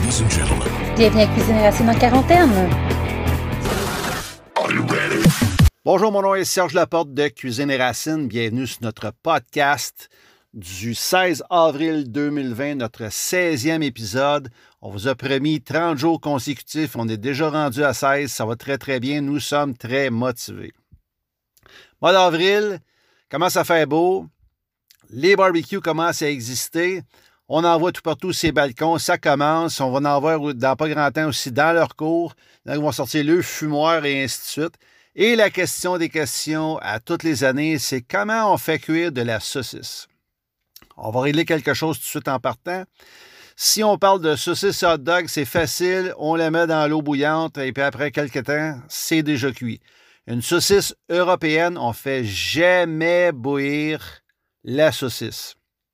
Ladies and gentlemen. Bienvenue à Cuisine Racine en quarantaine. Are you ready? Bonjour, mon nom est Serge Laporte de Cuisine et Racines. Bienvenue sur notre podcast du 16 avril 2020, notre 16e épisode. On vous a promis 30 jours consécutifs. On est déjà rendu à 16. Ça va très, très bien. Nous sommes très motivés. Mois d'avril, commence à faire beau. Les barbecues commencent à exister. On en voit tout partout ces balcons. Ça commence. On va en voir dans pas grand temps aussi dans leur cours. Ils vont sortir le fumoir et ainsi de suite. Et la question des questions à toutes les années, c'est comment on fait cuire de la saucisse. On va régler quelque chose tout de suite en partant. Si on parle de saucisse hot dog, c'est facile. On la met dans l'eau bouillante et puis après quelques temps, c'est déjà cuit. Une saucisse européenne, on ne fait jamais bouillir la saucisse.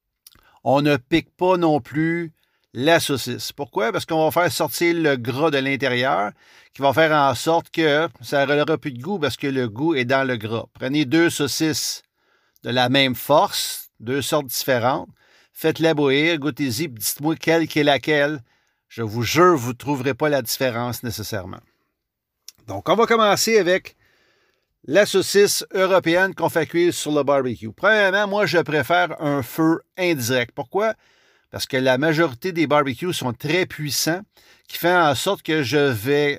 On ne pique pas non plus la saucisse. Pourquoi? Parce qu'on va faire sortir le gras de l'intérieur qui va faire en sorte que ça n'aura plus de goût parce que le goût est dans le gras. Prenez deux saucisses de la même force, deux sortes différentes, faites-la bouillir, goûtez-y, dites-moi quelle est laquelle. Je vous jure, vous ne trouverez pas la différence nécessairement. Donc, on va commencer avec la saucisse européenne qu'on fait cuire sur le barbecue. Premièrement, moi, je préfère un feu indirect. Pourquoi? Parce que la majorité des barbecues sont très puissants, qui fait en sorte que je vais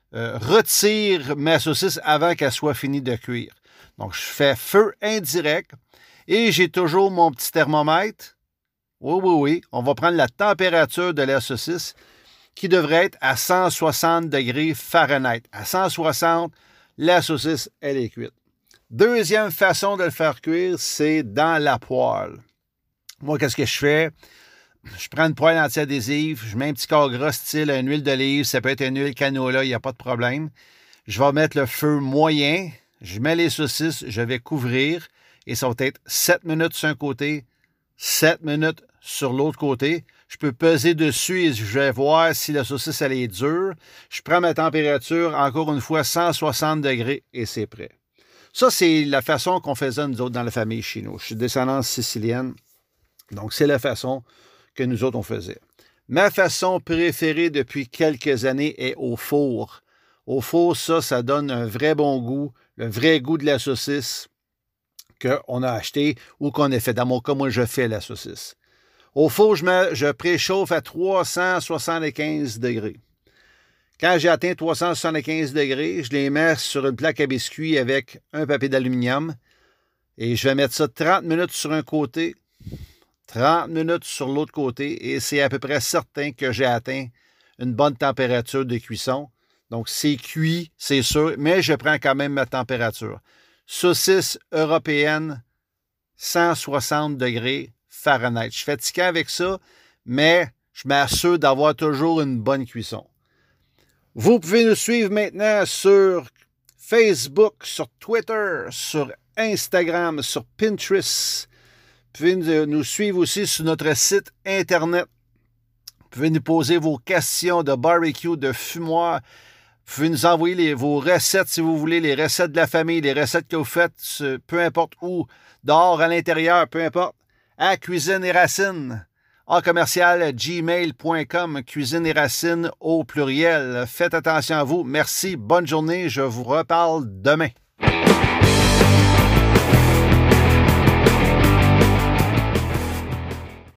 retirer ma saucisse avant qu'elle soit finie de cuire. Donc, je fais feu indirect et j'ai toujours mon petit thermomètre. Oui. On va prendre la température de la saucisse qui devrait être à 160 degrés Fahrenheit. À 160, la saucisse, elle est cuite. Deuxième façon de le faire cuire, c'est dans la poêle. Moi, qu'est-ce que je fais? Je prends une poêle anti-adhésive, je mets un petit corps gras style une huile d'olive, ça peut être une huile canola, il n'y a pas de problème. Je vais mettre le feu moyen, je mets les saucisses, je vais couvrir et ça va être 7 minutes sur un côté, 7 minutes sur l'autre côté. Je peux peser dessus et je vais voir si la saucisse elle est dure. Je prends ma température, encore une fois, 160 degrés et c'est prêt. Ça, c'est la façon qu'on faisait nous autres dans la famille chez nous. Je suis descendance sicilienne, donc c'est la façon que nous autres on faisait. Ma façon préférée depuis quelques années est au four. Au four, ça donne un vrai bon goût, le vrai goût de la saucisse qu'on a acheté ou qu'on a fait. Dans mon cas, moi, je fais la saucisse. Au four, je préchauffe à 375 degrés. Quand j'ai atteint 375 degrés, je les mets sur une plaque à biscuits avec un papier d'aluminium et je vais mettre ça 30 minutes sur un côté, 30 minutes sur l'autre côté et c'est à peu près certain que j'ai atteint une bonne température de cuisson. Donc, c'est cuit, c'est sûr, mais je prends quand même ma température. Saucisse européenne, 160 degrés Fahrenheit. Je suis fatigué avec ça, mais je m'assure d'avoir toujours une bonne cuisson. Vous pouvez nous suivre maintenant sur Facebook, sur Twitter, sur Instagram, sur Pinterest. Vous pouvez nous suivre aussi sur notre site Internet. Vous pouvez nous poser vos questions de barbecue, de fumoir. Vous pouvez nous envoyer vos recettes, si vous voulez, les recettes de la famille, les recettes que vous faites, peu importe où, dehors, à l'intérieur, peu importe, à Cuisine et Racines, @gmail.com, Cuisine et Racines au pluriel. Faites attention à vous. Merci, bonne journée, je vous reparle demain.